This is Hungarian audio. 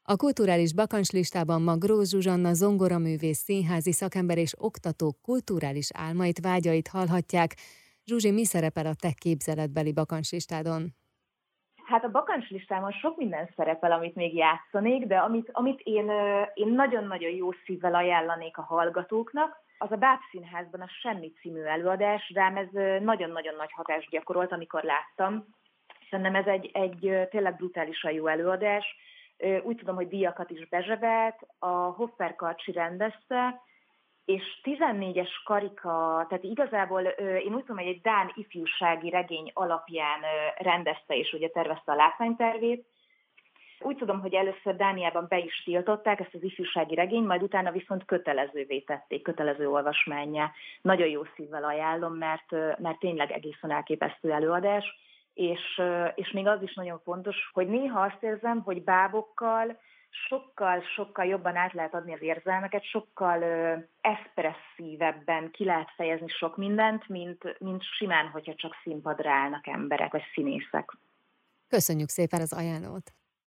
A kulturális bakancslistában ma Grósz Zsuzsanna zongoraművész, színházi szakember és oktatók kulturális álmait, vágyait hallhatják. Zsuzsi, mi szerepel a te képzeletbeli bakancslistádon? Hát a bakancslistámon sok minden szerepel, amit még játszanék, de amit én nagyon-nagyon jó szívvel ajánlanék a hallgatóknak, az a Bábszínházban a Semmi című előadás, rám ez nagyon-nagyon nagy hatást gyakorolt, amikor láttam. Szerintem ez egy tényleg brutálisan jó előadás. Úgy tudom, hogy díjakat is bezsebelt, a Hoffer Karcsi rendezte, és 14-es karika, tehát igazából én úgy tudom, hogy egy dán ifjúsági regény alapján rendezte és ugye tervezte a látványtervét. Úgy tudom, hogy először Dániában be is tiltották ezt az ifjúsági regényt, majd utána viszont kötelezővé tették, kötelező olvasmánnyá. Nagyon jó szívvel ajánlom, mert tényleg egészen elképesztő előadás, és még az is nagyon fontos, hogy néha azt érzem, hogy bábokkal sokkal jobban át lehet adni az érzelmeket, sokkal eszpresszívebben ki lehet fejezni sok mindent, mint simán, hogyha csak színpadra állnak emberek vagy színészek. Köszönjük szépen az ajánlót!